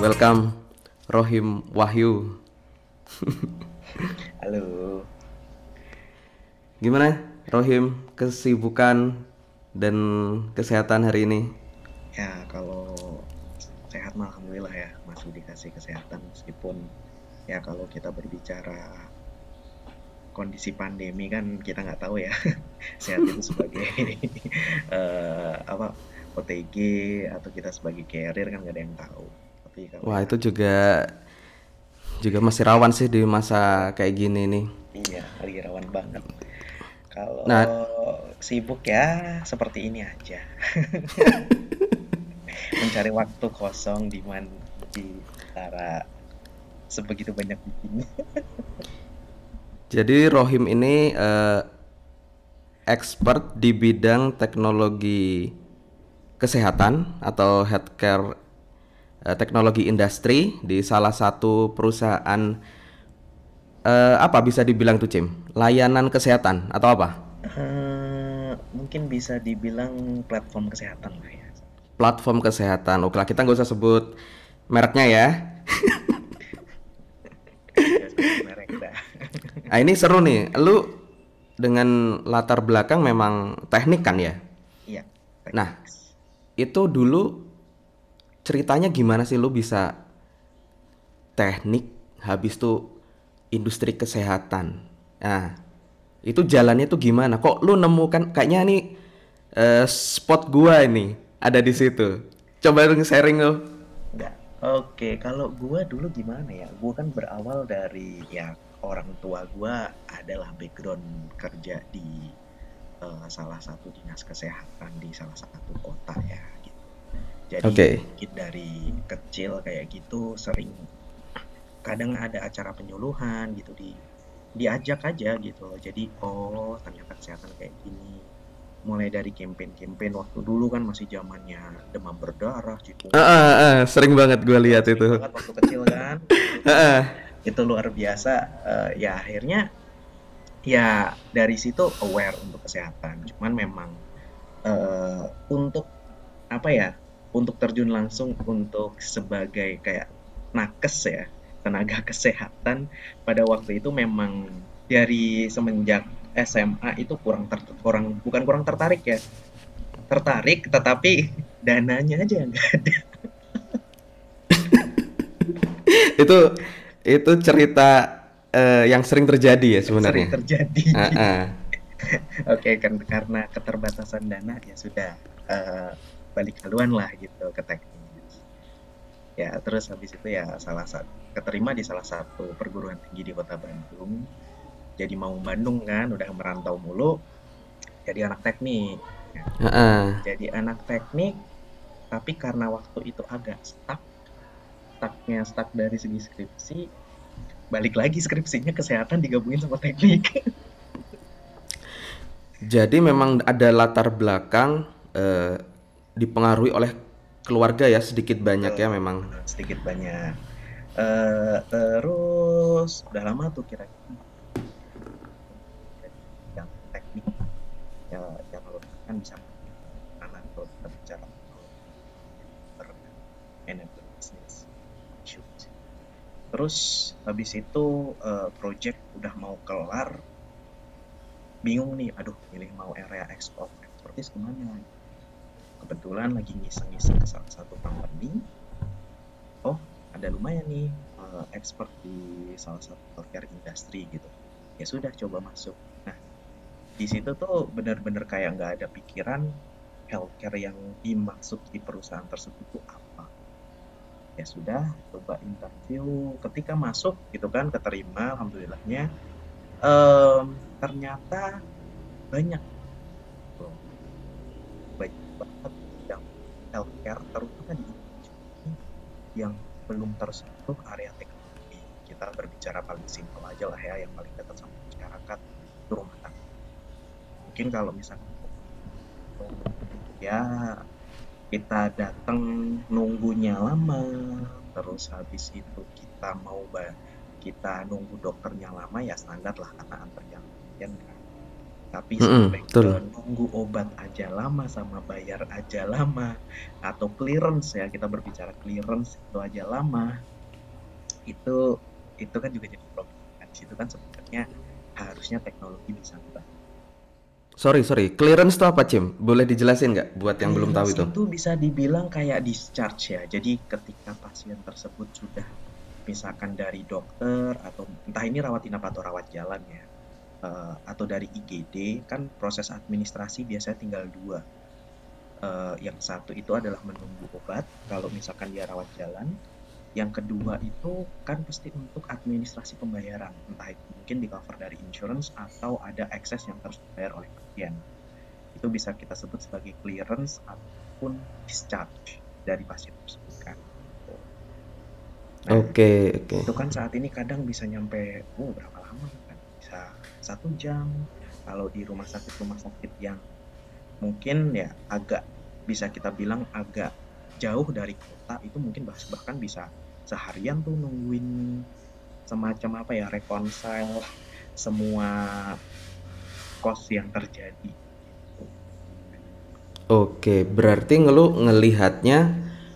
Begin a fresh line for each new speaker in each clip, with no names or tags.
welcome Rohim Wahyu.
Halo.
Gimana Rohim, kesibukan dan kesehatan hari ini?
Ya, kalau sehat mah alhamdulillah ya, masih dikasih kesehatan meskipun ya kalau kita berbicara kondisi pandemi kan kita nggak tahu ya. Sehat itu sebagai apa OTG atau kita sebagai carrier kan nggak ada yang tahu. Tapi kalau
Wah,
ya
itu juga masih rawan sih di masa kayak gini nih.
iya lagi rawan banget. Kalau
Nah,
sibuk ya seperti ini aja. Mencari waktu kosong di antara sebegitu banyak bikinnya.
jadi Rohim ini expert di bidang teknologi kesehatan atau healthcare, teknologi industri di salah satu perusahaan, apa bisa dibilang tuh Cim? Layanan kesehatan atau apa?
Mungkin bisa dibilang platform kesehatan lah ya.
Platform kesehatan. Oke lah, kita nggak usah sebut mereknya ya.
Gak usah sebut merek dah.
Nah, ini seru nih. Lu dengan latar belakang memang teknik kan ya?
Iya,
Nah,
teknik.
itu dulu ceritanya gimana sih lu bisa teknik habis tuh industri kesehatan? Nah, itu jalannya tuh gimana? Kok lu nemukan kayaknya nih spot gua ini ada di situ. Coba dong sharing lu.
Enggak. Oke, kalau gua dulu gimana ya? Gua kan berawal dari ya orang tua gua adalah background kerja di salah satu dinas kesehatan di salah satu kota ya gitu. Jadi
Oke.
mungkin dari kecil kayak gitu sering kadang ada acara penyuluhan gitu diajak aja gitu loh. Jadi oh ternyata kesehatan kayak gini. Mulai dari campaign-campaign waktu dulu kan masih zamannya demam berdarah, chikungunya.
Sering banget gua
Wah,
lihat
sering
itu.
banget waktu kecil kan. Itu luar biasa. Ya akhirnya ya dari situ aware untuk kesehatan. Cuman memang untuk apa ya? Untuk terjun langsung untuk sebagai kayak nakes ya, tenaga kesehatan pada waktu itu memang dari semenjak SMA itu kurang bukan kurang tertarik ya, tertarik tetapi dananya aja nggak ada.
itu itu cerita yang sering terjadi ya
Yang sering
sebenarnya.
terjadi.
Heeh.
Oke, kan karena keterbatasan dana ya sudah balik haluan lah gitu ke teknik. Ya, terus habis itu ya salah satu keterima di salah satu perguruan tinggi di Kota Bandung. Jadi mau Bandung kan, udah merantau mulu, jadi anak teknik. Ya,
Heeh.
jadi anak teknik, tapi karena waktu itu agak stuck dari segi skripsi, balik lagi skripsinya kesehatan digabungin sama teknik.
Jadi memang ada latar belakang, dipengaruhi oleh keluarga ya sedikit banyak
Betul,
ya memang.
sedikit banyak. Terus udah lama tuh kira-kira yang teknik ya, ya kalau kan bisa anak kalau kita bicara manajer bisnis shoot. Terus habis itu project udah mau kelar, bingung nih, aduh milih mau area expertise kemana. Kebetulan lagi ngiseng-ngiseng ke salah satu company, oh ada lumayan nih expert di salah satu healthcare industry gitu. Ya sudah coba masuk. Nah di situ tuh benar-benar kayak nggak ada pikiran healthcare yang dimaksud di perusahaan tersebut itu apa. Ya sudah coba interview, ketika masuk gitu kan keterima alhamdulillahnya. Ternyata banyak loh, banyak banget yang healthcare terutama di Indonesia ini yang belum tersentuh area teknologi. Kita berbicara paling simpel aja lah ya, yang paling dekat sama masyarakat itu rumah tangga. Mungkin kalau misalnya ya kita datang nunggunya lama, terus habis itu kita nunggu dokternya lama ya standar lah karena antrian kan. Tapi
Mm-mm,
sampai ke
betul.
nunggu obat aja lama sama bayar aja lama, atau clearance ya, kita berbicara clearance itu aja lama, itu itu kan juga jadi problem. Kan di situ kan sebenarnya harusnya teknologi bisa ngebantu.
Sorry, sorry. Clearance itu apa, Cim? Boleh dijelasin nggak buat yang belum tahu
Clearance
itu?
itu bisa dibilang kayak discharge ya. Jadi ketika pasien tersebut sudah misalkan dari dokter atau entah ini rawat inap atau rawat jalan ya, atau dari IGD, kan proses administrasi biasanya tinggal dua. Yang satu itu adalah menunggu obat kalau misalkan dia rawat jalan. Yang kedua itu kan pasti untuk administrasi pembayaran, entah itu mungkin di cover dari insurance atau ada excess yang harus dibayar oleh pasien. Itu bisa kita sebut sebagai clearance ataupun discharge dari pasien tersebut kan. Nah,
Oke, oke.
itu kan saat ini kadang bisa nyampe, berapa lama kan? Bisa 1 jam. Kalau di rumah sakit yang mungkin ya agak bisa kita bilang agak jauh dari kota, itu mungkin bahkan bisa seharian tuh nungguin semacam apa ya, reconcile semua cost yang terjadi.
Oke, berarti ngelihatnya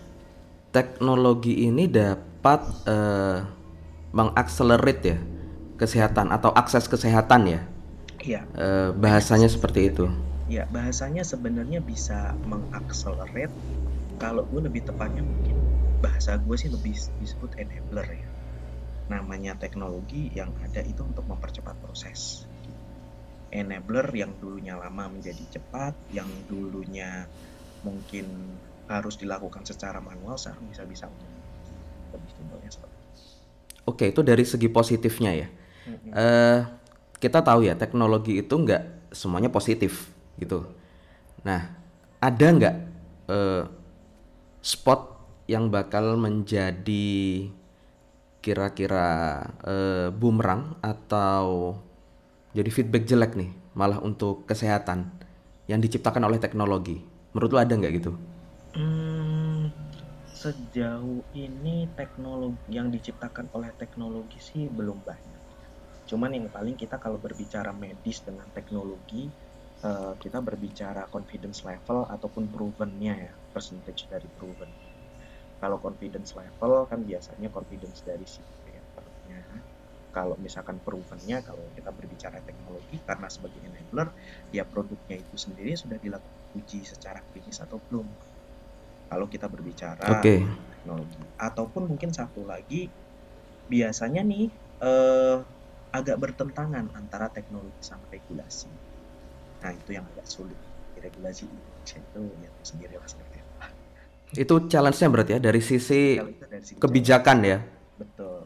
teknologi ini dapat mengakselerate ya kesehatan atau akses kesehatan ya.
Iya, banyak
Bahasanya
sih
seperti itu.
sebenarnya. Ya, bahasanya sebenarnya bisa mengakselerate. Kalau gue lebih tepatnya mungkin bahasa gue sih lebih disebut enabler ya. Namanya teknologi yang ada itu untuk mempercepat proses. Enabler yang dulunya lama menjadi cepat, yang dulunya mungkin harus dilakukan secara manual sekarang bisa lebih simpelnya seperti itu.
Oke, itu dari segi positifnya ya.
Mm-mm.
eh Kita tahu ya teknologi itu nggak semuanya positif gitu.
Betul.
Nah, ada nggak eh, spot yang bakal menjadi kira-kira bumerang atau jadi feedback jelek nih malah untuk kesehatan yang diciptakan oleh teknologi? Menurut lo ada nggak gitu?
Hmm, Sejauh ini teknologi yang diciptakan oleh teknologi sih belum banyak. Cuman yang paling kita kalau berbicara medis dengan teknologi, kita berbicara confidence level ataupun provennya ya, percentage dari proven. Kalau confidence level kan biasanya confidence dari si creator-nya. Kalau misalkan provennya, kalau kita berbicara teknologi, karena sebagai enabler, ya produknya itu sendiri sudah dilakukan uji secara klinis atau belum. Kalau kita berbicara
Oke.
teknologi, ataupun mungkin satu lagi, biasanya nih eh, agak bertentangan antara teknologi sama regulasi. Nah, itu yang agak sulit. Regulasi Indonesia itu ya sendiri lah seperti apa.
Itu challenge-nya berarti ya dari sisi
Kalau itu dari segi challenge.
kebijakan ya.
Betul.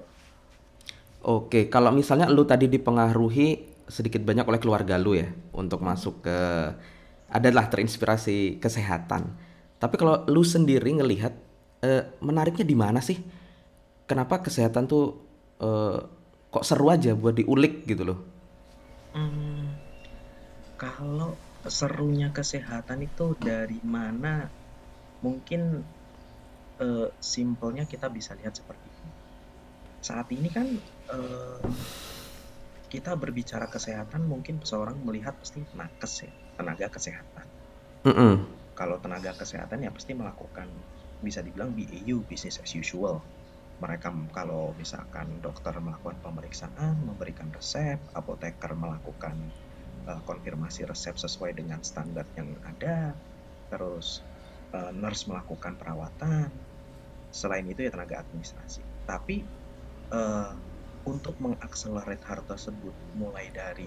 Oke, kalau misalnya lu tadi dipengaruhi sedikit banyak oleh keluarga lu ya untuk
Mm-mm.
masuk ke adalah terinspirasi kesehatan. Tapi kalau lu sendiri ngelihat menariknya di mana sih? Kenapa kesehatan tuh eh, kok seru aja buat diulik gitu loh?
Hmm, Kalau serunya kesehatan itu dari mana? Mungkin simpelnya kita bisa lihat seperti ini. Saat ini kan eh, kita berbicara kesehatan, mungkin seseorang melihat pasti nakes ya, tenaga kesehatan.
Mm-mm.
Kalau tenaga kesehatan ya pasti melakukan, bisa dibilang BAU, business as usual. Mereka kalau misalkan dokter melakukan pemeriksaan, memberikan resep, apoteker melakukan konfirmasi resep sesuai dengan standar yang ada, terus nurse melakukan perawatan. Selain itu ya tenaga administrasi. Tapi eh, untuk mengakselerate hal tersebut, mulai dari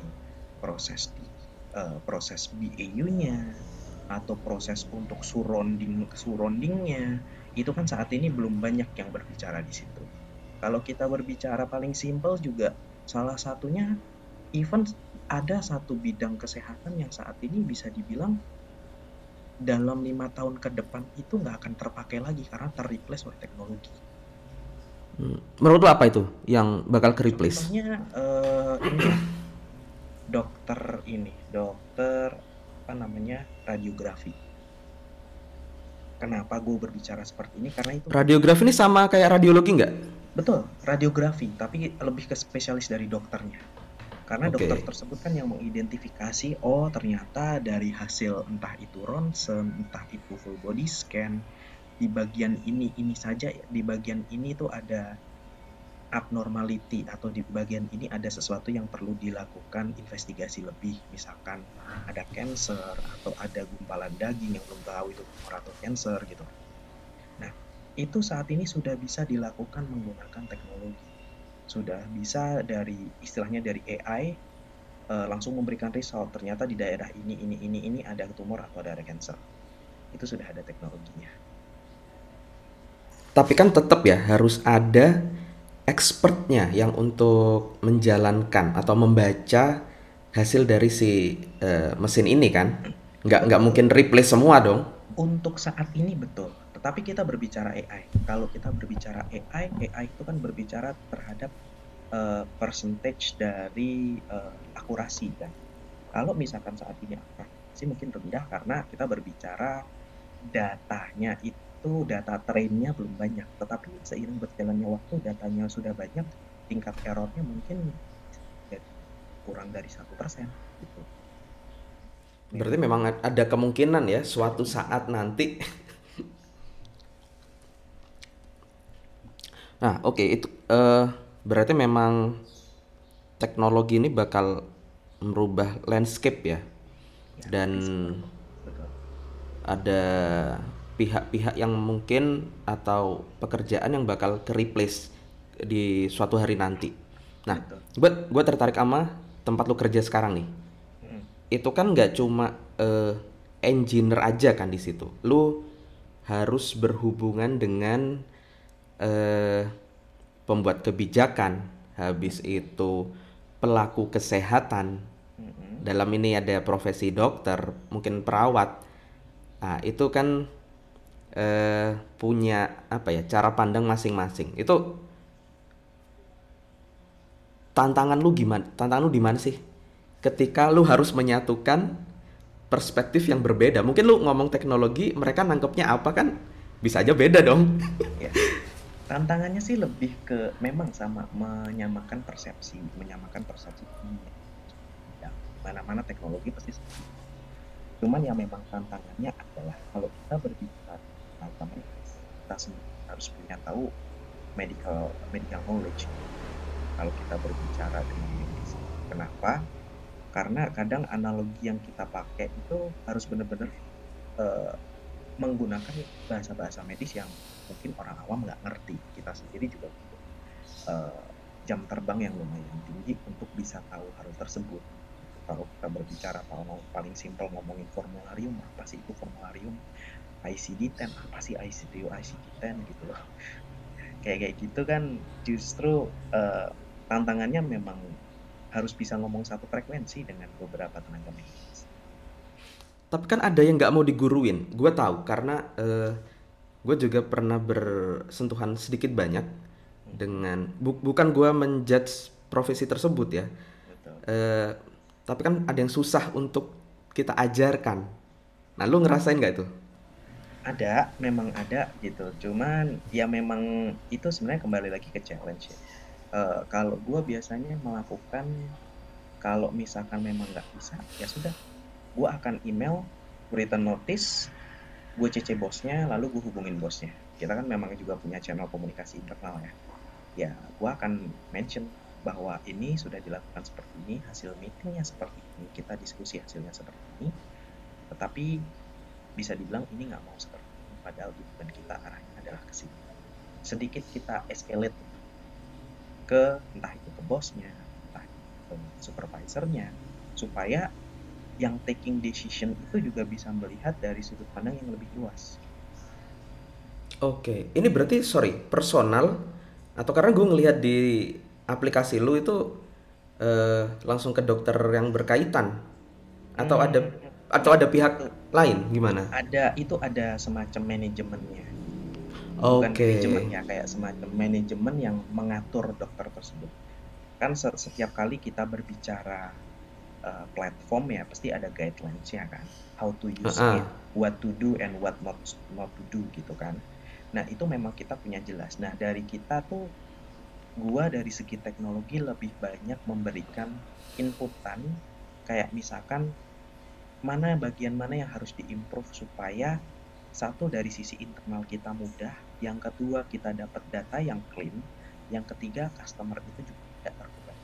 proses BAU-nya atau proses untuk surroundingnya, itu kan saat ini belum banyak yang berbicara di situ. Kalau kita berbicara paling simpel juga, salah satunya even ada satu bidang kesehatan yang saat ini bisa dibilang dalam 5 tahun ke depan itu nggak akan terpakai lagi karena terreplace oleh teknologi.
Menurut lo apa itu yang bakal ke replace?
Contohnya ini ya, dokter apa namanya, radiografi. Kenapa gue berbicara seperti ini? Karena itu
Radiografi ini sama kayak radiologi nggak?
betul radiografi, tapi lebih ke spesialis dari dokternya. Karena dokter
Oke.
tersebut kan yang mengidentifikasi, oh ternyata dari hasil entah itu ronsen, entah itu full body scan, di bagian ini saja, di bagian ini tuh ada abnormality atau di bagian ini ada sesuatu yang perlu dilakukan investigasi lebih. Misalkan ada cancer atau ada gumpalan daging yang belum tahu itu tumor atau cancer gitu. Nah, itu saat ini sudah bisa dilakukan menggunakan teknologi. Sudah bisa dari istilahnya dari AI langsung memberikan result. Ternyata di daerah ini ada tumor atau ada cancer. Itu sudah ada teknologinya.
Tapi kan tetap ya harus ada expertnya yang untuk menjalankan atau membaca hasil dari si mesin ini kan. Nggak
Betul.
mungkin replace semua dong.
Untuk saat ini betul. Tetapi kita berbicara AI. Kalau kita berbicara AI itu kan berbicara terhadap percentage dari akurasi kan. Kalau misalkan saat ini akurasi mungkin rendah karena kita berbicara datanya itu data trainnya belum banyak. Tetapi seiring berjalannya waktu datanya sudah banyak, tingkat errornya mungkin jadi kurang dari 1% gitu.
Berarti
Memang
memang ada kemungkinan ya suatu saat nanti. Nah, oke itu berarti memang teknologi ini bakal merubah landscape ya.
ya
Dan
landscape betul.
ada pihak-pihak yang mungkin atau pekerjaan yang bakal ke replace di suatu hari nanti. Nah,
Betul.
gue tertarik sama tempat lu kerja sekarang nih.
Mm.
Itu kan nggak cuma engineer aja kan di situ. Lu harus berhubungan dengan eh, pembuat kebijakan, habis
Mm-mm.
itu pelaku kesehatan.
Mm-mm.
Dalam ini ada profesi dokter, mungkin perawat. Nah, itu kan punya apa ya cara pandang masing-masing. Itu tantangan lu gimana? Tantangan lu di mana sih? Ketika lu harus menyatukan perspektif yang berbeda. Mungkin lu ngomong teknologi, mereka nangkepnya apa kan? Bisa aja beda dong.
Ya, tantangannya sih lebih ke memang sama menyamakan persepsi dunia. Ya, mana-mana teknologi pasti sama. Cuman yang memang tantangannya adalah kalau kita berbicara tentang medis, kita sendiri harus punya tahu medical medical knowledge. Kalau kita berbicara dengan medis, kenapa? Karena kadang analogi yang kita pakai itu harus benar-benar eh, menggunakan bahasa-bahasa medis yang mungkin orang awam nggak ngerti. Kita sendiri juga butuh eh, jam terbang yang lumayan tinggi untuk bisa tahu hal tersebut. Kalau kita berbicara paling simpel ngomongin formularium, apa sih itu formularium? ICD-10, apa sih ICD-10 gitu loh. Kayak gitu kan justru eh, tantangannya memang harus bisa ngomong satu frekuensi dengan beberapa tenaga medis.
Tapi kan ada yang nggak mau diguruin. Gue tahu karena gue juga pernah bersentuhan sedikit banyak
Mm-mm.
dengan bukan gue menjudge profesi tersebut ya.
Betul.
Eh, tapi kan ada yang susah untuk kita ajarkan. Nah, lu ngerasain nggak itu?
Ada, memang ada gitu. Cuman ya memang itu sebenarnya kembali lagi ke challenge ya. Kalau gue biasanya melakukan kalau misalkan memang nggak bisa, ya sudah, gue akan email written notice, gue CC bosnya, lalu gue hubungin bosnya. Kita kan memang juga punya channel komunikasi internal ya. Ya, gue akan mention bahwa ini sudah dilakukan seperti ini, hasil meetingnya seperti ini, kita diskusi hasilnya seperti ini, tetapi bisa dibilang ini nggak mau seperti ini, padahal tujuan kita arahnya adalah ke sini. Sedikit kita escalate ke entah itu ke bosnya, entah itu ke supervisornya, supaya yang taking decision itu juga bisa melihat dari sudut pandang yang lebih luas.
Oke, ini berarti sorry personal atau karena gue ngelihat di aplikasi lu itu langsung ke dokter yang berkaitan atau ada
Hmm,
atau ada pihak
itu
lain gimana?
ada semacam manajemennya, bukan
Oke.
manajemen ya, kayak semacam manajemen yang mengatur dokter tersebut. Kan setiap kali kita berbicara platform ya pasti ada guidelines-nya kan, how to use
Heeh.
it, what to do and what not to do gitu kan. Nah itu memang kita punya jelas. Nah dari kita tuh gua dari segi teknologi lebih banyak memberikan inputan, kayak misalkan mana bagian mana yang harus diimprove supaya satu dari sisi internal kita mudah, yang kedua kita dapat data yang clean, yang ketiga customer itu juga tidak terbebani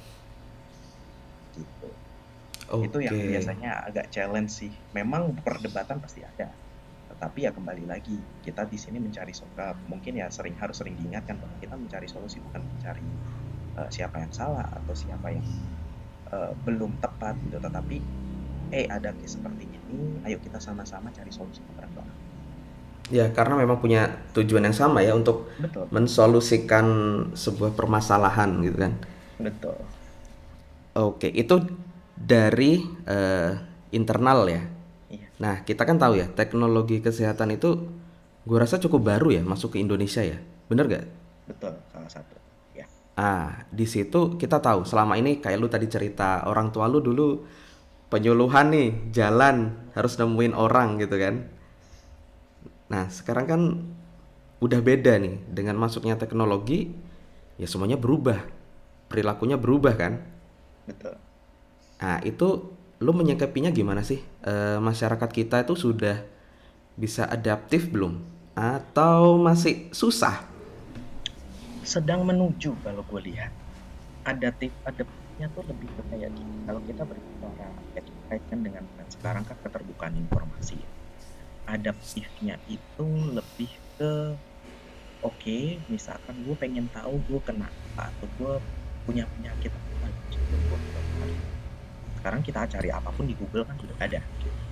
gitu. Itu yang
Oke.
biasanya agak challenge sih. Memang perdebatan pasti ada. Tetapi ya kembali lagi, kita di sini mencari mungkin ya harus sering diingatkan bahwa kita mencari solusi bukan mencari siapa yang salah atau siapa yang belum tepat gitu, tetapi ada case seperti ini, ayo kita sama-sama cari solusi bareng-bareng.
Ya, karena memang punya tujuan yang sama ya untuk
Betul,
mensolusikan sebuah permasalahan gitu kan.
betul.
Oke, itu dari internal ya.
Iya,
Nah, kita kan tahu ya, teknologi kesehatan itu gue rasa cukup baru ya masuk ke Indonesia ya. Bener gak?
betul, salah satu. Ya,
Di situ kita tahu selama ini kayak lu tadi cerita orang tua lu dulu penyuluhan nih, jalan harus nemuin orang gitu kan. Nah, sekarang kan udah beda nih dengan masuknya teknologi, ya semuanya berubah. Perilakunya berubah kan?
betul.
Nah, itu lu menyikapinya gimana sih? Masyarakat kita itu sudah bisa adaptif belum? Atau masih susah?
Sedang menuju kalau gue lihat. Adaptifnya tuh lebih ke kayak gini. Kalau kita berbicara ya kaitkan dengan sekarang kan keterbukaan informasi ya. Adaptifnya itu lebih ke oke, misalkan gue pengen tahu gue kena apa atau gue punya penyakit apa sebelum gue ke dokter. Sekarang kita cari apapun di Google kan sudah ada.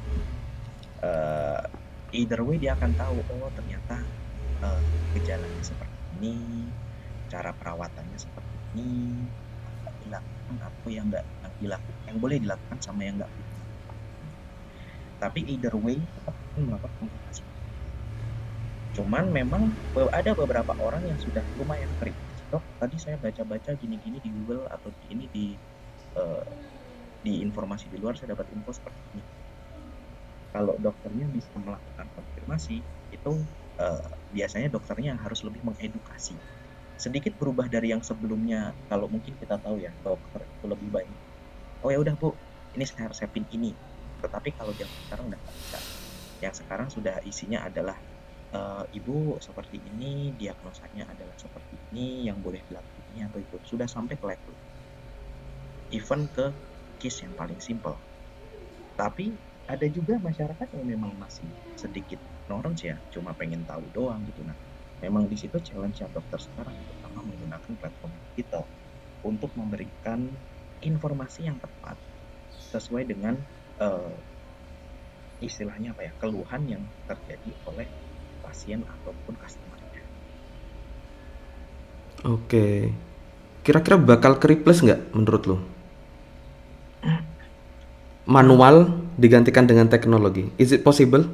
Uh, Either way dia akan tahu, oh ternyata gejalanya seperti ini, cara perawatannya seperti ini, apa dilakukan atau yang nggak yang dilakukan, yang boleh dilakukan sama yang nggak boleh. Tapi either way tetap akan melakukan konsultasi. Cuman memang ada beberapa orang yang sudah lumayan kritis. Dok, tadi saya baca-baca gini-gini di Google atau uh, di informasi di luar saya dapat info seperti ini. Kalau dokternya bisa melakukan konfirmasi, itu biasanya dokternya harus lebih mengedukasi. Sedikit berubah dari yang sebelumnya. Kalau mungkin kita tahu ya, dokter itu lebih baik. Oh ya udah Bu, ini saya resepin ini. Tetapi kalau zaman sekarang udah nggak bisa. Yang sekarang sudah isinya adalah ibu seperti ini, diagnosanya adalah seperti ini, yang boleh dilakukan ini atau itu. Sudah sampai ke level. Even ke case yang paling simple. Tapi ada juga masyarakat yang memang masih sedikit ignorance ya, cuma pengen tahu doang gitu. Nah, memang di situ challenge dokter sekarang terutama menggunakan platform digital untuk memberikan informasi yang tepat sesuai dengan uh, istilahnya apa ya, keluhan yang terjadi oleh pasien ataupun customer-nya.
Oke. Kira-kira bakal ke-replace nggak menurut lu?
Kalau
Manual digantikan dengan teknologi. Is it possible?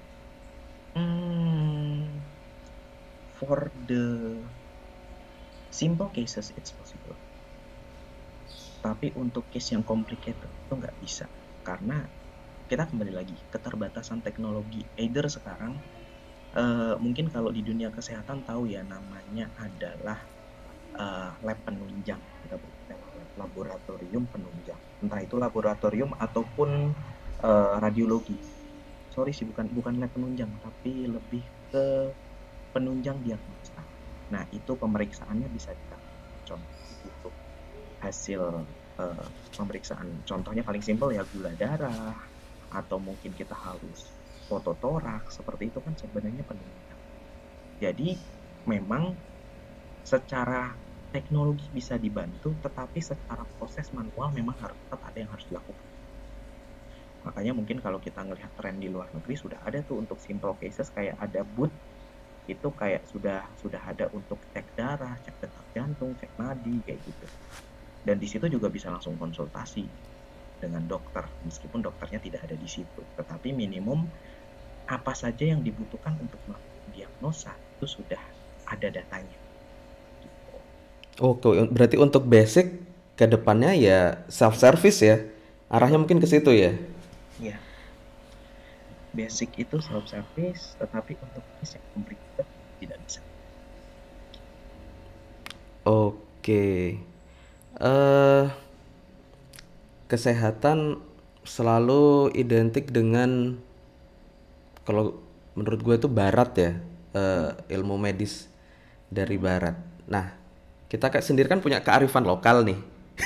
hmm, for the simple cases it's possible. Tapi untuk case yang complicated itu nggak bisa. Karena kita kembali lagi, keterbatasan teknologi. Either sekarang, mungkin kalau di dunia kesehatan tahu ya namanya adalah lab penunjang. Kita berbicara lab laboratorium penunjang. Entah itu laboratorium ataupun radiologi. Sorry sih, bukan lab penunjang, tapi lebih ke penunjang diagnosa. Nah, itu pemeriksaannya bisa dilakukan untuk hasil pemeriksaan. Contohnya paling simpel ya gula darah, atau mungkin kita harus foto toraks, seperti itu kan sebenarnya penunjang. Jadi memang secara teknologi bisa dibantu, tetapi secara proses manual memang harus tetap ada yang harus dilakukan. Makanya mungkin kalau kita ngelihat tren di luar negeri sudah ada tuh untuk simple cases, kayak ada booth itu kayak sudah ada untuk cek darah, cek detak jantung, cek nadi kayak gitu. Dan di situ juga bisa langsung konsultasi dengan dokter, meskipun dokternya tidak ada di situ. Tetapi minimum apa saja yang dibutuhkan untuk melakukan diagnosa itu sudah ada datanya. Gitu.
Oke, berarti untuk basic ke depannya ya self service ya. Arahnya
Betul.
mungkin ke situ ya.
Ya, basic itu self service, tetapi untuk case yang complicated tidak bisa.
Oke. Eh Kesehatan selalu identik dengan, kalau menurut gue itu barat ya,
Hmm.
ilmu medis dari
Mm-mm.
barat. Nah, kita kayak sendiri kan punya kearifan lokal nih.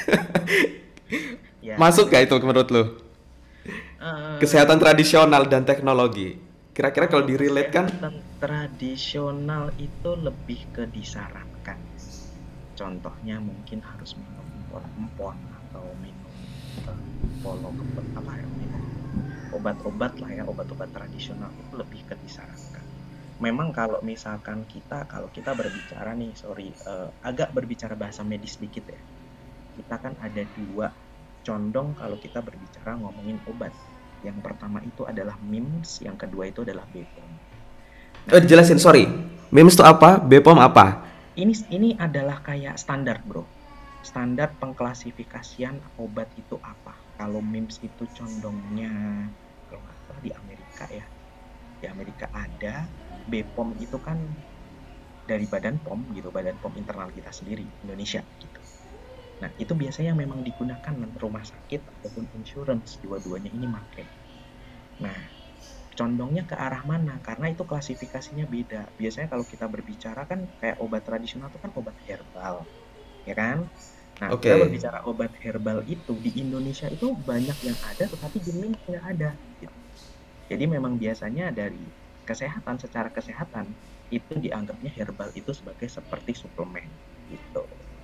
Ya,
Masuk gak
betul.
itu menurut lo? Kesehatan
Eh,
tradisional dan teknologi. Kira-kira kalau
Kalau
di-relate kan?
kesehatan tradisional itu lebih ke disarankan. Contohnya mungkin harus minum empon-empon atau minum polo apa ya, minum obat-obat lah ya, obat-obat tradisional itu lebih ke disarankan. Memang kalau misalkan kalau kita berbicara nih, sorry, agak berbicara bahasa medis sedikit ya. Kita kan ada dua condong kalau kita berbicara ngomongin obat. Yang pertama itu adalah MIMS, yang kedua itu adalah BPOM. Nah,
Jelasin, sorry. MEMS itu apa? BPOM apa?
ini adalah kayak standar, Bro. Standar pengklasifikasian obat itu apa? Kalau MIMS itu condongnya kalau nggak salah di Amerika ya. Di Amerika ada, BPOM itu kan dari Badan POM gitu, Badan POM internal kita sendiri, Indonesia gitu. Nah, itu biasanya memang digunakan rumah sakit ataupun insurance, dua-duanya ini pakai. Nah, condongnya ke arah mana? Karena itu klasifikasinya beda. Biasanya kalau kita berbicara kan kayak obat tradisional itu kan obat herbal, ya kan? Nah, kita
Oke.
berbicara obat herbal itu di Indonesia itu banyak yang ada, tetapi di MIM nggak ada. Gitu. Jadi memang biasanya dari kesehatan, secara kesehatan itu dianggapnya herbal itu sebagai seperti suplemen gitu.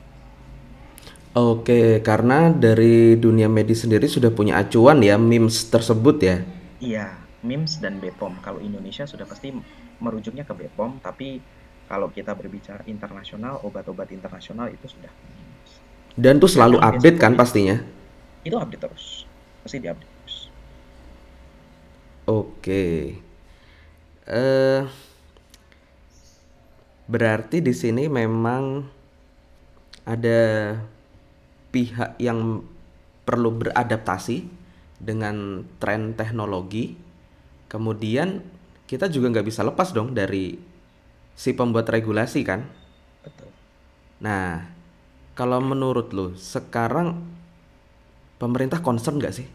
Oke, karena dari dunia medis sendiri sudah punya acuan ya MEMS tersebut ya.
Iya, MIMS dan BPOM. Kalau Indonesia sudah pasti merujuknya ke BPOM, tapi kalau kita berbicara internasional, obat-obat internasional itu sudah MIMS.
Dan tuh
Dan
selalu
yang
update
biasanya
kan pastinya.
itu update terus. Pasti diupdate terus.
Oke. Eh Berarti di sini memang ada pihak yang perlu beradaptasi dengan tren teknologi. Kemudian kita juga nggak bisa lepas dong dari si pembuat regulasi kan.
Betul.
Nah, kalau menurut lo sekarang pemerintah concern nggak sih?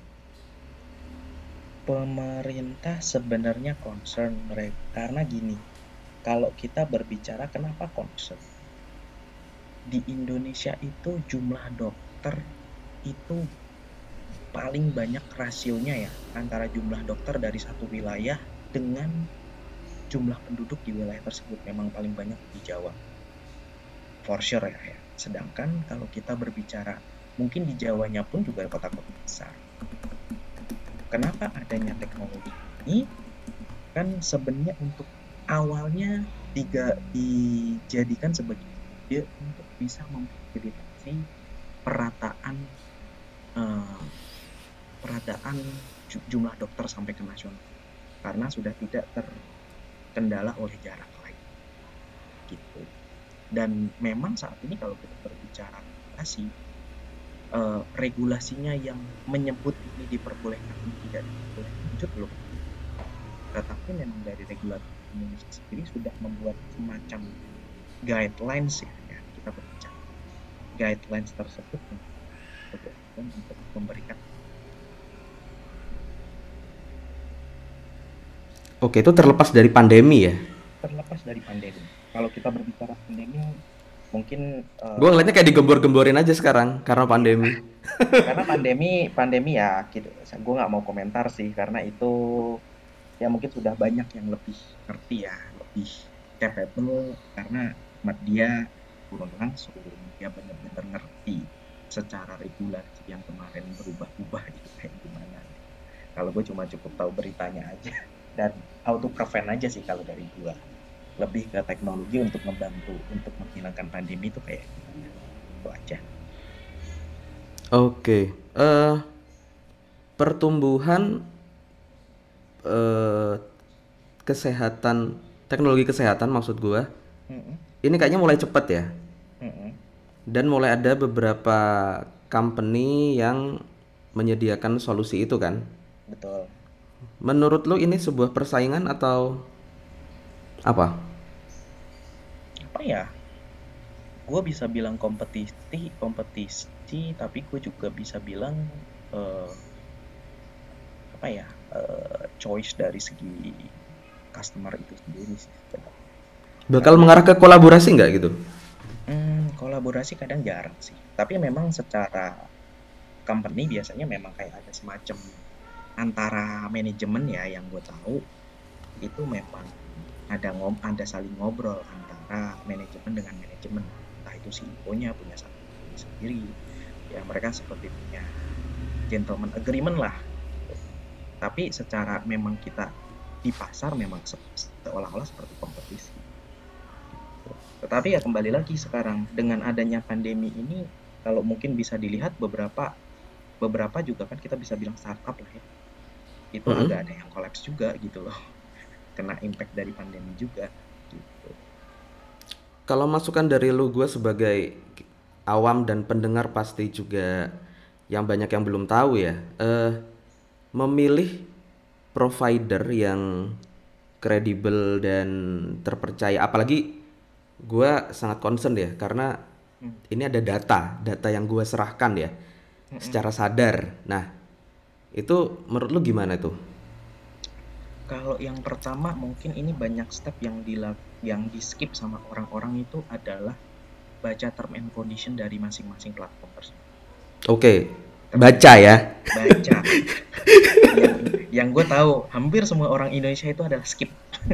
Pemerintah sebenarnya concern mereka karena gini, kalau kita berbicara kenapa concern? Di Indonesia itu jumlah dokter itu paling banyak rasionya ya antara jumlah dokter dari satu wilayah dengan jumlah penduduk di wilayah tersebut memang paling banyak di Jawa, for sure ya. Sedangkan kalau kita berbicara mungkin di Jawanya pun juga kota-kota besar. Kenapa adanya teknologi ini? Kan sebenarnya untuk awalnya dijadikan sebagai ide untuk bisa memfasilitasi perataan eh, perataan jumlah dokter sampai ke nasional karena sudah tidak terkendala oleh jarak lain gitu. Dan memang saat ini kalau kita berbicara regulasi, regulasinya yang menyebut ini diperbolehkan ini tidak diperbolehkan itu belum. Tetapi memang dari regulator Indonesia sendiri sudah membuat semacam guidelines ya kita berbicara. Guidelines tersebut untuk memberikan
Oke, itu terlepas dari pandemi ya.
terlepas dari pandemi. Kalau kita berbicara pandemi, mungkin
Gue ngeliatnya kayak digembor-gemborin aja sekarang karena
iya,
pandemi.
karena pandemi ya gitu. Gue nggak mau komentar sih karena itu ya mungkin sudah banyak yang lebih ngerti ya, lebih capable karena dia turun langsung, dia benar-benar ngerti secara regulasi yang kemarin berubah-ubah itu kayak gimana. Kalau gue cuma cukup tahu beritanya aja dan how to prevent aja sih kalau dari gue. Lebih ke teknologi untuk membantu untuk menghilangkan pandemi itu kayak gimana. Itu aja.
Oke, pertumbuhan eh, kesehatan, teknologi kesehatan maksud gua,
Mm-mm,
ini kayaknya mulai cepet ya.
mm-mm,
Dan mulai ada beberapa company yang menyediakan solusi itu kan.
betul.
Menurut lu ini sebuah persaingan atau apa?
Apa ya? gue bisa bilang kompetisi, tapi gue juga bisa bilang eh, apa ya, choice dari segi customer itu sendiri sih sebenarnya.
Bakal
Karena
mengarah ke kolaborasi nggak gitu?
kolaborasi kadang jarang sih. Tapi memang secara company biasanya memang kayak ada semacam antara manajemen ya, yang gue tahu itu memang ada saling ngobrol antara manajemen dengan manajemen. Entah itu CEO-nya punya strategi sendiri, ya mereka seperti punya gentleman agreement lah gitu. Tapi secara memang kita di pasar memang seolah-olah seperti kompetisi gitu. Tetapi ya kembali lagi sekarang dengan adanya pandemi ini, kalau mungkin bisa dilihat beberapa beberapa juga kan kita bisa bilang startup lah ya, itu agak
Mm-mm.
ada yang kolaps juga gitu loh, kena impact dari pandemi juga gitu.
Kalau masukan dari lu, gue sebagai awam dan pendengar pasti juga yang banyak yang belum tahu ya. Memilih provider yang kredibel dan terpercaya. Apalagi gue sangat concern ya, karena
Hmm.
ini ada data yang gue serahkan ya
Mm-mm.
secara sadar. Nah, itu menurut lu gimana tuh?
Kalau yang pertama mungkin ini banyak step yang di skip sama orang-orang, itu adalah baca term and condition dari masing-masing platform tersebut.
Oke,
Term and
baca
condition,
ya.
baca. Yang gue tahu hampir semua orang Indonesia itu adalah skip.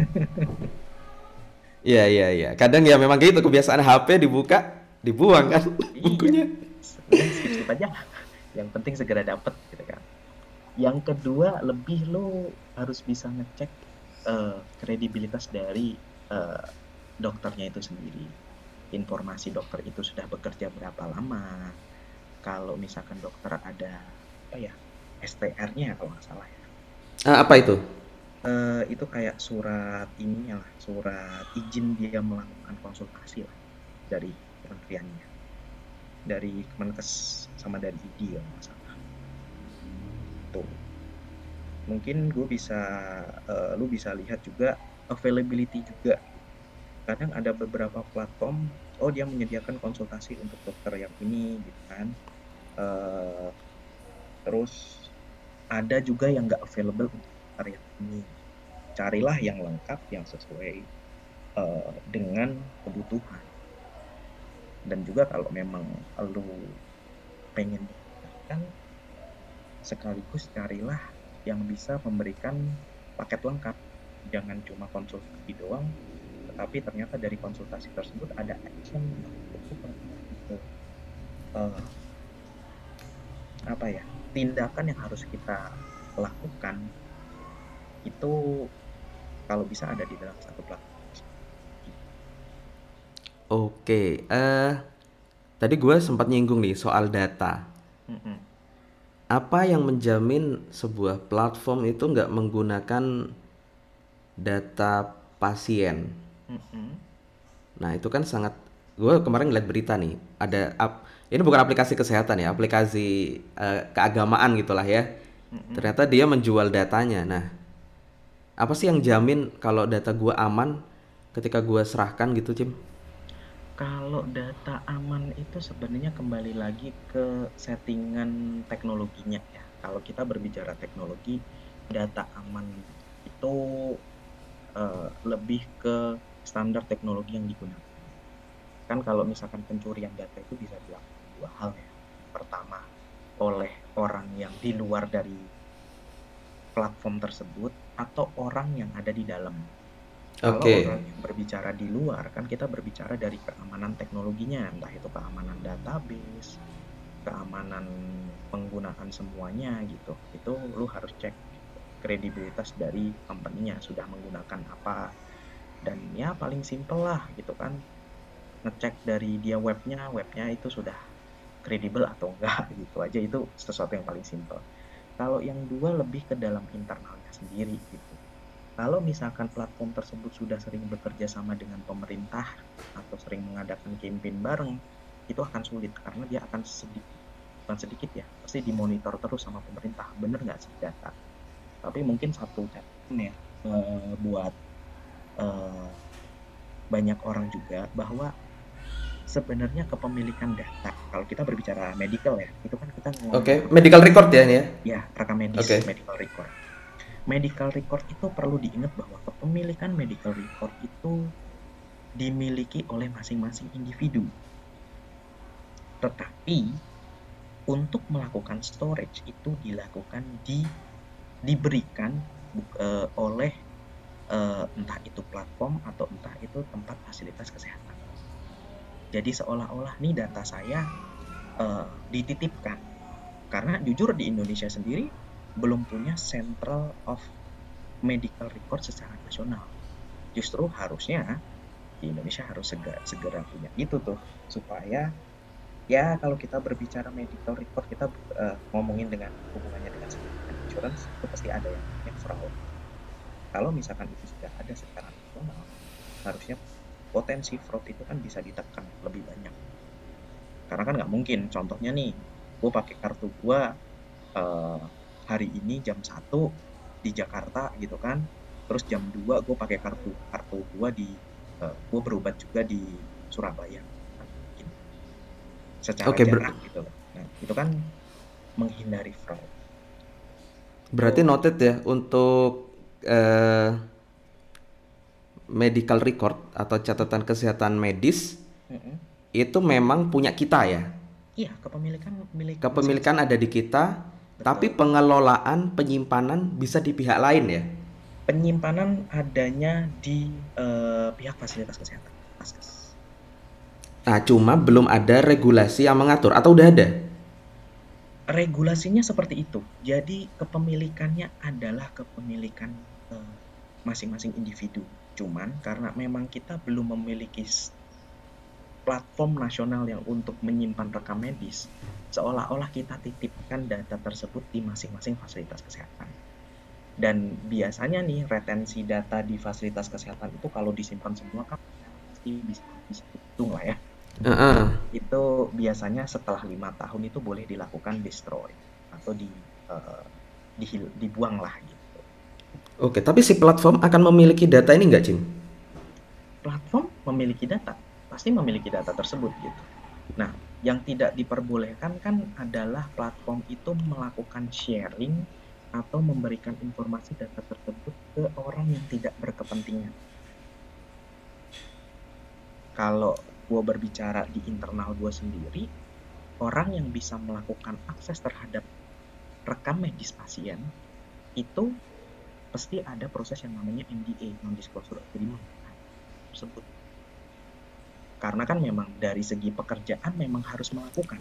Iya, iya, iya. Kadang ya memang gitu kebiasaan, HP dibuka, dibuang kan
Iya,
bukunya.
udah skip skip aja. Yang penting segera dapet gitu kan. Yang kedua, lebih lo harus bisa ngecek kredibilitas dari eh, dokternya itu sendiri. Informasi dokter itu sudah bekerja berapa lama. Kalau misalkan dokter ada apa ya, STR-nya kalau nggak salah ya.
Ah, apa itu?
Itu kayak surat ininya lah, surat izin dia melakukan konsultasi lah dari kementeriannya, dari Kemenkes sama dari ID kalau nggak salah. Tuh, mungkin lu bisa lihat juga availability juga. Kadang ada beberapa platform, oh dia menyediakan konsultasi untuk dokter yang ini gitu kan. Eh, Terus ada juga yang nggak available untuk dokter yang ini. Carilah yang lengkap yang sesuai dengan kebutuhan. Dan juga kalau memang lu pengen memudahkan, sekaligus carilah yang bisa memberikan paket lengkap. Jangan cuma konsultasi doang, tetapi ternyata dari konsultasi tersebut ada action itu ke eh, apa ya, tindakan yang harus kita lakukan itu kalau bisa ada di dalam satu platform.
Oke, tadi gue sempat nyinggung nih soal data.
Mm-mm.
Apa yang menjamin sebuah platform itu nggak menggunakan data pasien?
Mm-mm.
Nah, itu kan sangat, gue kemarin ngeliat berita nih, ini bukan aplikasi kesehatan ya, aplikasi keagamaan gitulah ya.
Mm-mm.
Ternyata dia menjual datanya. Nah, apa sih yang jamin kalau data gue aman ketika gue serahkan gitu, Cim?
Kalau data aman itu sebenarnya kembali lagi ke settingan teknologinya ya. Kalau kita berbicara teknologi, data aman itu lebih ke standar teknologi yang digunakan. Kan kalau misalkan pencurian data itu bisa dilakukan dua hal ya. Pertama, oleh orang yang di luar dari platform tersebut atau orang yang ada di dalam. Kalau
Oke.
orang yang berbicara di luar, kan kita berbicara dari keamanan teknologinya, entah itu keamanan database, keamanan penggunaan semuanya gitu. Itu lu harus cek kredibilitas dari company-nya sudah menggunakan apa. Dan ya paling simple lah gitu kan, ngecek dari dia webnya itu sudah kredibel atau enggak gitu aja, itu sesuatu yang paling simple. Kalau yang dua lebih ke dalam internalnya sendiri gitu. Kalau misalkan platform tersebut sudah sering bekerja sama dengan pemerintah atau sering mengadakan campaign bareng, itu akan sulit karena dia akan sedikit, bukan sedikit ya, pasti dimonitor terus sama pemerintah, bener nggak sih data. Tapi mungkin satu catatan ya, buat eh, banyak orang juga, bahwa sebenarnya kepemilikan data. Kalau kita berbicara medical ya, itu kan kita ngomongin
Oke, medical record ya ini ya.
ya rekam medis,
Oke.
medical record. Medical record itu perlu diingat bahwa kepemilikan medical record itu dimiliki oleh masing-masing individu. Tetapi untuk melakukan storage itu dilakukan diberikan oleh entah itu platform atau entah itu tempat fasilitas kesehatan. Jadi seolah-olah nih data saya dititipkan. Karena jujur di Indonesia sendiri belum punya Central of Medical Record secara nasional. Justru harusnya di Indonesia harus segera punya itu tuh, supaya ya kalau kita berbicara medical record kita ngomongin dengan hubungannya dengan insurance itu pasti ada yang namanya fraud. Kalau misalkan itu sudah ada secara nasional, harusnya potensi fraud itu kan bisa ditekan lebih banyak. Karena kan nggak mungkin, contohnya nih, gue pakai kartu gue hari ini jam 1 di Jakarta gitu kan, terus jam 2 gue pakai kartu gue gue berobat juga di Surabaya, mungkin secara
Oke,
jarak gitu loh. Nah, itu kan menghindari fraud.
berarti
Itu
noted ya untuk eh, medical record atau catatan kesehatan medis
mm-mm.
itu memang punya kita ya.
Iya, kepemilikan milik
Kepemilikan
masing-masing.
ada di kita, tapi
Betul.
pengelolaan, penyimpanan bisa di pihak lain ya.
Penyimpanan adanya di pihak fasilitas kesehatan, Paskes.
Nah, cuma belum ada regulasi yang mengatur atau udah ada?
Regulasinya seperti itu. Jadi kepemilikannya adalah kepemilikan eh, masing-masing individu. Cuman karena memang kita belum memiliki platform nasional yang untuk menyimpan rekam medis, seolah-olah kita titipkan data tersebut di masing-masing fasilitas kesehatan. Dan biasanya nih retensi data di fasilitas kesehatan itu kalau disimpan semua kan pasti bisa hitung lah ya.
Heeh.
Itu biasanya setelah 5 tahun itu boleh dilakukan destroy atau eh, dibuang lah gitu.
Oke, tapi si platform akan memiliki data ini nggak, Jim?
Platform memiliki data, pasti memiliki data tersebut gitu. Nah, yang tidak diperbolehkan kan adalah platform itu melakukan sharing atau memberikan informasi data tersebut ke orang yang tidak berkepentingan. Kalau gue berbicara di internal gue sendiri, orang yang bisa melakukan akses terhadap rekam medis pasien itu pasti ada proses yang namanya NDA, non-disclosure agreement tersebut. Karena kan memang dari segi pekerjaan memang harus melakukan.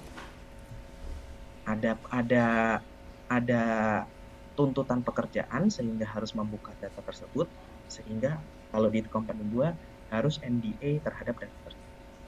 Ada tuntutan pekerjaan sehingga harus membuka data tersebut, sehingga kalau di company gue harus NDA terhadap data tersebut.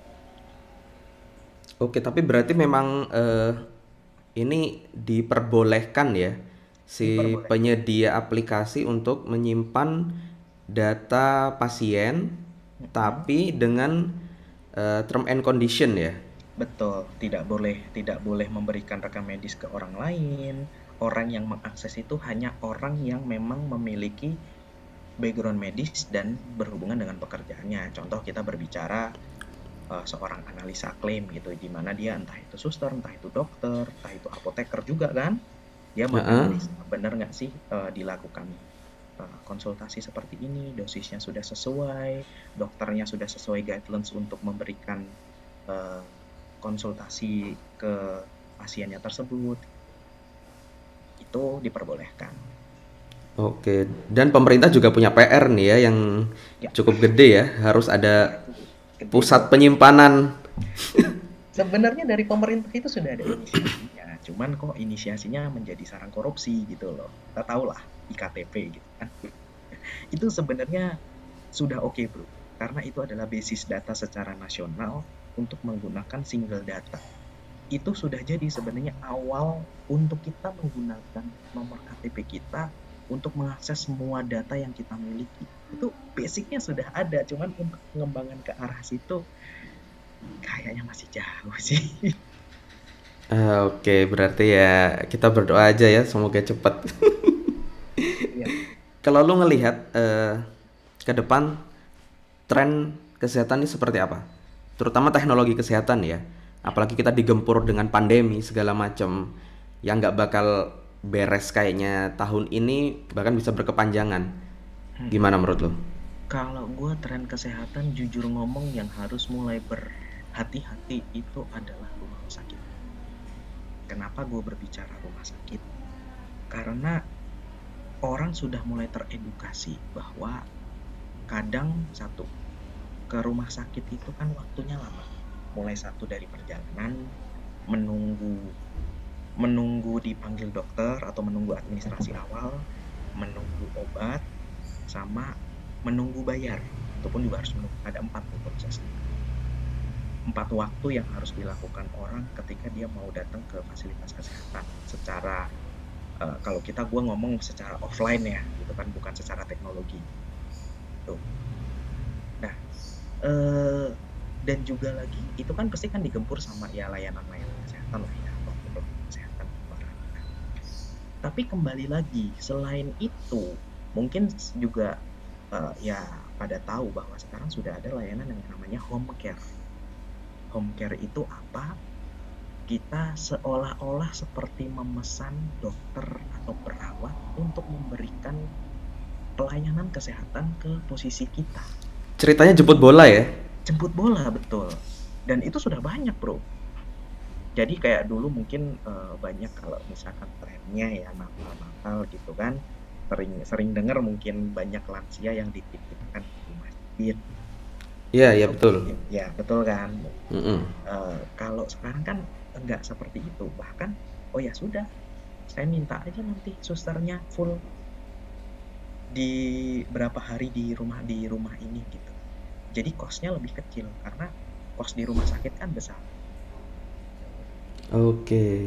Oke, tapi berarti memang ini diperbolehkan ya si
Diperbolehkan.
penyedia aplikasi untuk menyimpan data pasien,
Mm-mm.
tapi dengan term and condition ya.
Betul, tidak boleh memberikan rekam medis ke orang lain. Orang yang mengakses itu hanya orang yang memang memiliki background medis dan berhubungan dengan pekerjaannya. Contoh kita berbicara seorang analisa klaim gitu, di mana dia entah itu suster, entah itu dokter, entah itu apoteker juga kan, dia
Heeh.
menganalisa benar nggak sih dilakukan konsultasi seperti ini, dosisnya sudah sesuai, dokternya sudah sesuai guidelines untuk memberikan eh, konsultasi ke pasiennya tersebut, itu diperbolehkan.
Oke, dan pemerintah juga punya PR nih ya yang
Ya,
cukup gede ya, harus
wah
ada
itu gede
pusat
banget.
penyimpanan.
Sebenarnya dari pemerintah itu sudah ada inisiasinya, cuman kok inisiasinya menjadi sarang korupsi gitu loh. Kita tahu lah IKTP gitu kan. Itu sebenarnya sudah oke bro, karena itu adalah basis data secara nasional untuk menggunakan single data. Itu sudah jadi sebenarnya awal untuk kita menggunakan nomor KTP kita untuk mengakses semua data yang kita miliki. Itu basicnya sudah ada, cuman untuk pengembangan ke arah situ kayaknya masih jauh sih.
Oke, berarti ya kita berdoa aja ya, semoga cepat.
Iya.
Kalau lu ngelihat ke depan tren kesehatan ini seperti apa? terutama teknologi kesehatan ya. Apalagi kita digempur dengan pandemi segala macam yang nggak bakal beres kayaknya tahun ini, bahkan bisa berkepanjangan.
Mm-mm.
Gimana menurut lo?
Kalau gue tren kesehatan jujur ngomong yang harus mulai berhati-hati itu adalah rumah sakit. Kenapa gue berbicara rumah sakit? Karena orang sudah mulai teredukasi bahwa kadang satu, ke rumah sakit itu kan waktunya lama. Mulai satu dari perjalanan, menunggu menunggu dipanggil dokter atau menunggu administrasi awal, menunggu obat, sama menunggu bayar. Itu pun juga harus menunggu. Ada 4 proses. 4 waktu yang harus dilakukan orang ketika dia mau datang ke fasilitas kesehatan secara kalau gue ngomong secara offline ya gitu kan, bukan secara teknologi tuh. Nah, eh, dan juga lagi itu kan pasti kan digempur sama ya layanan-layanan kesehatan lah ya, atau kesehatan ibaratnya. Tapi kembali lagi, selain itu mungkin juga ya pada tahu bahwa sekarang sudah ada layanan yang namanya home care. Home care itu apa? Kita seolah-olah seperti memesan dokter atau perawat untuk memberikan pelayanan kesehatan ke posisi kita.
Ceritanya jemput bola ya?
Jemput bola, betul. Dan itu sudah banyak, bro. Jadi kayak dulu mungkin banyak kalau misalkan trennya ya nakal-nakal gitu kan. Sering dengar mungkin banyak lansia yang dititipkan di masjid.
Iya, iya
Atau
betul.
ya betul kan.
Mm-mm.
Kalau sekarang kan enggak seperti itu. Bahkan, oh ya sudah, saya minta aja nanti susternya full di berapa hari di rumah ini gitu. Jadi kosnya lebih kecil karena kos di rumah sakit kan besar.
Oke.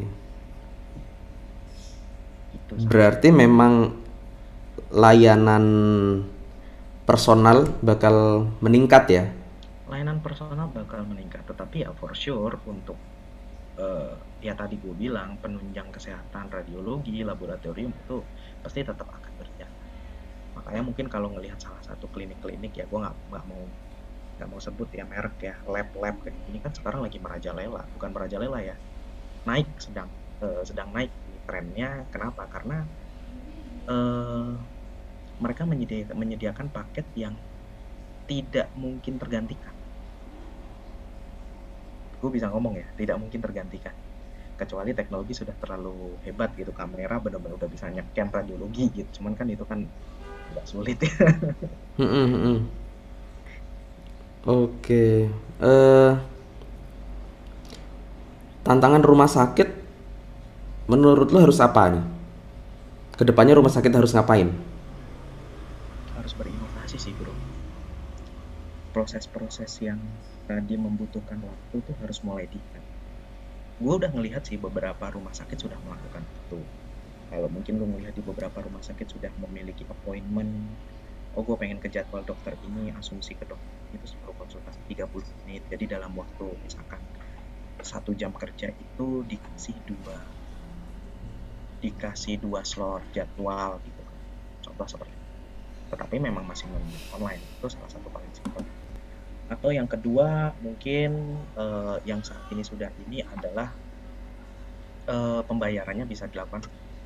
Itu saja.
Berarti memang layanan personal bakal meningkat ya?
Layanan personal bakal meningkat, tetapi ya for sure untuk ya tadi gue bilang penunjang kesehatan radiologi, laboratorium itu pasti tetap akan berjalan. Makanya mungkin kalau ngelihat salah satu klinik-klinik ya gue nggak mau sebut ya merek ya, lab-lab kayak ini kan sekarang lagi merajalela, bukan merajalela ya, naik sedang naik nih trennya. Kenapa? Karena eh, mereka menyediakan paket yang tidak mungkin tergantikan. Gue bisa ngomong ya, tidak mungkin tergantikan. Kecuali teknologi sudah terlalu hebat gitu, kamera benar-benar udah bisa nyekan radiologi gitu. Cuman kan itu kan agak sulit ya.
Mm-mm, mm-mm. Oke. Eh, tantangan rumah sakit menurut lo harus apa nih? Kedepannya rumah sakit harus ngapain?
Harus berinovasi sih bro. Proses-proses yang tadi membutuhkan waktu tuh harus mulai gue udah ngelihat sih beberapa rumah sakit sudah melakukan itu. Kalau mungkin lu melihat di beberapa rumah sakit sudah memiliki appointment, oh gue pengen ke jadwal dokter ini, asumsi ke dokter itu perlu konsultasi 30 menit. Jadi dalam waktu misalkan 1 jam kerja itu dikasih dua slot jadwal gitu kan. Contoh seperti itu. Tetapi memang masih online, itu salah satu paling simpel. Atau yang kedua mungkin yang saat ini sudah ini adalah pembayarannya bisa dilakukan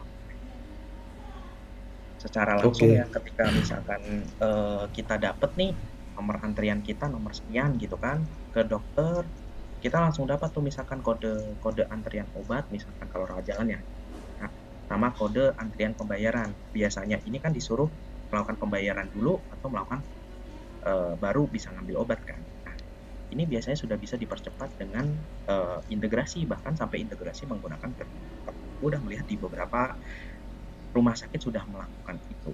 secara langsung
Oke.
ya, ketika misalkan kita dapat nih nomor antrian kita nomor sekian gitu kan ke dokter, kita langsung dapat tuh misalkan kode antrian obat misalkan kalau rawat jalan ya. Nah, sama kode antrian pembayaran. Biasanya ini kan disuruh melakukan pembayaran dulu atau melakukan baru bisa ngambil obat kan. Nah, ini biasanya sudah bisa dipercepat dengan integrasi, bahkan sampai integrasi menggunakan gerbong. Gue udah melihat di beberapa rumah sakit sudah melakukan itu.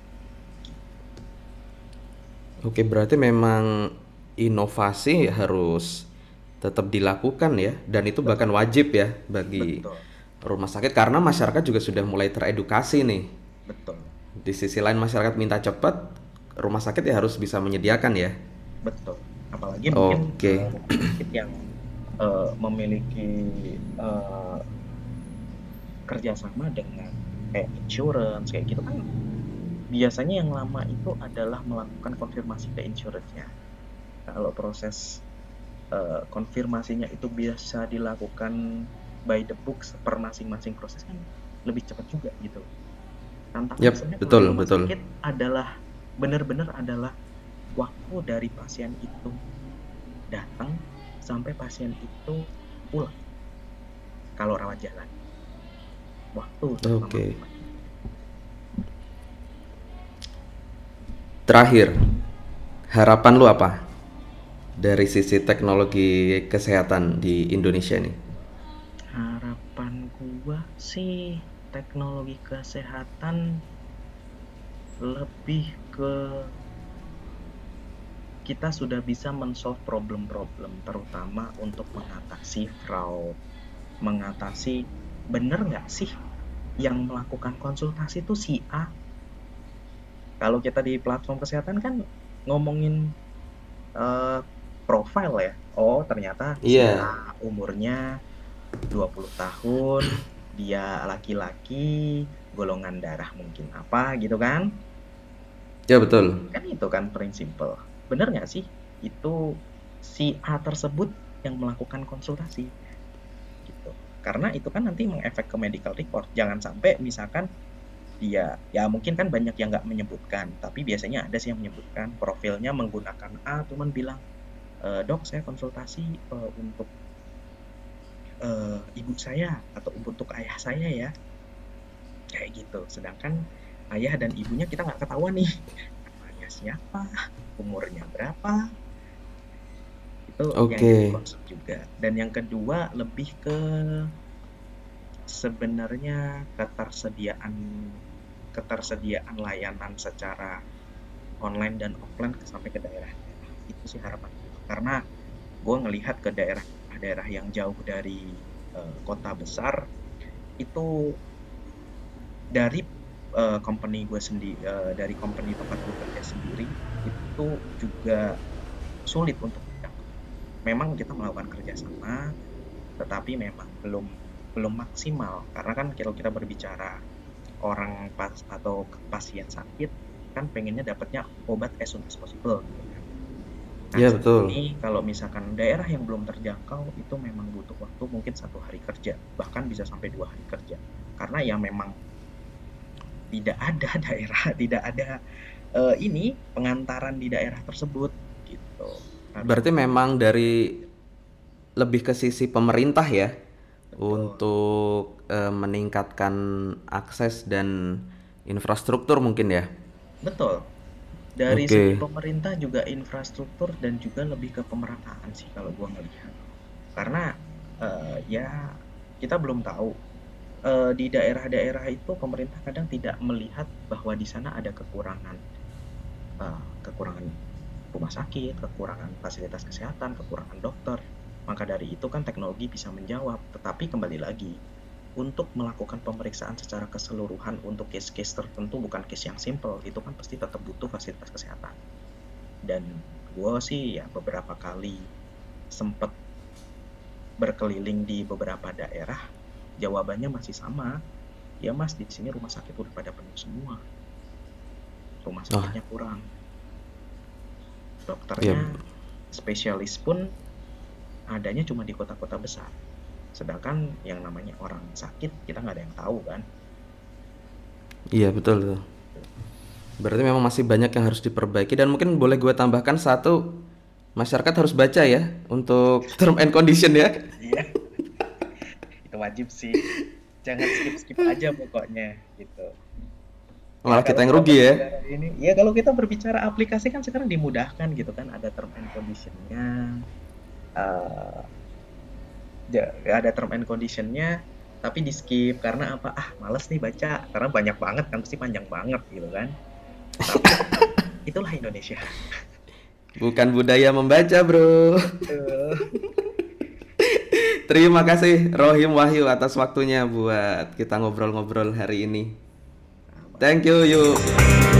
Oke, berarti memang inovasi harus tetap dilakukan ya, dan itu bahkan
Betul,
wajib ya bagi
betul,
rumah sakit karena masyarakat juga sudah mulai teredukasi nih.
betul,
Di sisi lain masyarakat minta cepat, rumah sakit ya harus bisa menyediakan ya.
betul. Apalagi mungkin
Oke.
rumah sakit yang memiliki eh, kerjasama dengan kayak insurance kayak gitu kan, biasanya yang lama itu adalah melakukan konfirmasi ke insurance-nya. Kalau proses konfirmasinya itu bisa dilakukan by the books per masing-masing proses kan lebih cepat juga gitu. Tantangan
Yap,
sebenarnya kalau di
betul,
rumah
betul.
sakit adalah benar-benar adalah waktu dari pasien itu datang sampai pasien itu pulang kalau rawat jalan. Waktu terutama
Oke.
memang.
Terakhir, harapan lu apa dari sisi teknologi kesehatan di Indonesia ini?
Harapan gua sih teknologi kesehatan lebih ke kita sudah bisa men-solve problem-problem terutama untuk mengatasi fraud, mengatasi bener nggak sih yang melakukan konsultasi itu si A. Kalau kita di platform kesehatan kan ngomongin eh, profile ya. Oh, ternyata si
Iya,
A umurnya 20 tahun, dia laki-laki, golongan darah mungkin apa gitu kan.
ya betul.
Kan itu kan prinsipal. Bener nggak sih? Itu si A tersebut yang melakukan konsultasi gitu. Karena itu kan nanti mengefek ke medical record. Jangan sampai misalkan dia, ya mungkin kan banyak yang nggak menyebutkan, tapi biasanya ada sih yang menyebutkan profilnya menggunakan A, cuman bilang, "Dok, saya konsultasi untuk ibu saya atau untuk ayah saya ya." Kayak gitu. Sedangkan ayah dan ibunya kita nggak ketahuan nih. Namanya siapa, umurnya berapa, itu yang jadi
Oke.
concern juga. Dan yang kedua lebih ke sebenarnya ketersediaan ketersediaan layanan secara online dan offline sampai ke daerah. Itu sih harapan gue. Karena gue ngelihat ke daerah-daerah yang jauh dari kota besar itu dari company gue sendiri, dari company tempat gue kerja sendiri itu juga sulit untuk dijangkau. Memang kita melakukan kerjasama, tetapi memang belum belum maksimal karena kan kalau kita berbicara orang pas atau pasien sakit kan pengennya dapatnya obat as soon as possible gitu kan. Nah,
Ya
saat
betul.
ini kalau misalkan daerah yang belum terjangkau itu memang butuh waktu mungkin 1 hari kerja, bahkan bisa sampai 2 hari kerja. Karena ya memang tidak ada daerah, tidak ada ini pengantaran di daerah tersebut gitu.
Berarti
Harapan gue
memang dari lebih ke sisi pemerintah ya
betul,
untuk meningkatkan akses dan infrastruktur mungkin ya.
betul. Dari segi
Oke.
pemerintah juga infrastruktur dan juga lebih ke pemerataan sih kalau gua ngelihat. Karena ya kita belum tahu di daerah-daerah itu pemerintah kadang tidak melihat bahwa di sana ada kekurangan rumah sakit, kekurangan fasilitas kesehatan, kekurangan dokter. Maka dari itu kan teknologi bisa menjawab. Tetapi kembali lagi, untuk melakukan pemeriksaan secara keseluruhan untuk case-case tertentu bukan case yang simple, itu kan pasti tetap butuh fasilitas kesehatan. Dan gue sih ya beberapa kali sempet berkeliling di beberapa daerah, jawabannya masih sama. Ya mas, di sini rumah sakit udah pada penuh semua, rumah
Oh,
sakitnya kurang,
ya,
dokternya spesialis pun adanya cuma di kota-kota besar. Sedangkan yang namanya orang sakit kita nggak ada yang tahu kan.
iya betul tuh. Berarti memang masih banyak yang harus diperbaiki dan mungkin boleh gue tambahkan satu, masyarakat harus baca ya untuk term and condition ya.
Iya, itu wajib sih. Jangan skip-skip aja pokoknya gitu. Ya
Malah
kalau
kita yang
kita
rugi ya.
berbicara ini, ya kalau kita berbicara aplikasi kan sekarang dimudahkan gitu kan, ada term and conditionnya, eh, ada term and conditionnya, tapi di skip karena apa? Ah, males nih baca, karena banyak banget kan, pasti panjang banget gitu kan. Tapi itulah Indonesia.
Bukan budaya membaca, bro.
Betul.
Terima kasih Rohim Wahyu atas waktunya buat kita ngobrol-ngobrol hari ini. Thank
Sama-sama.
you, yuk.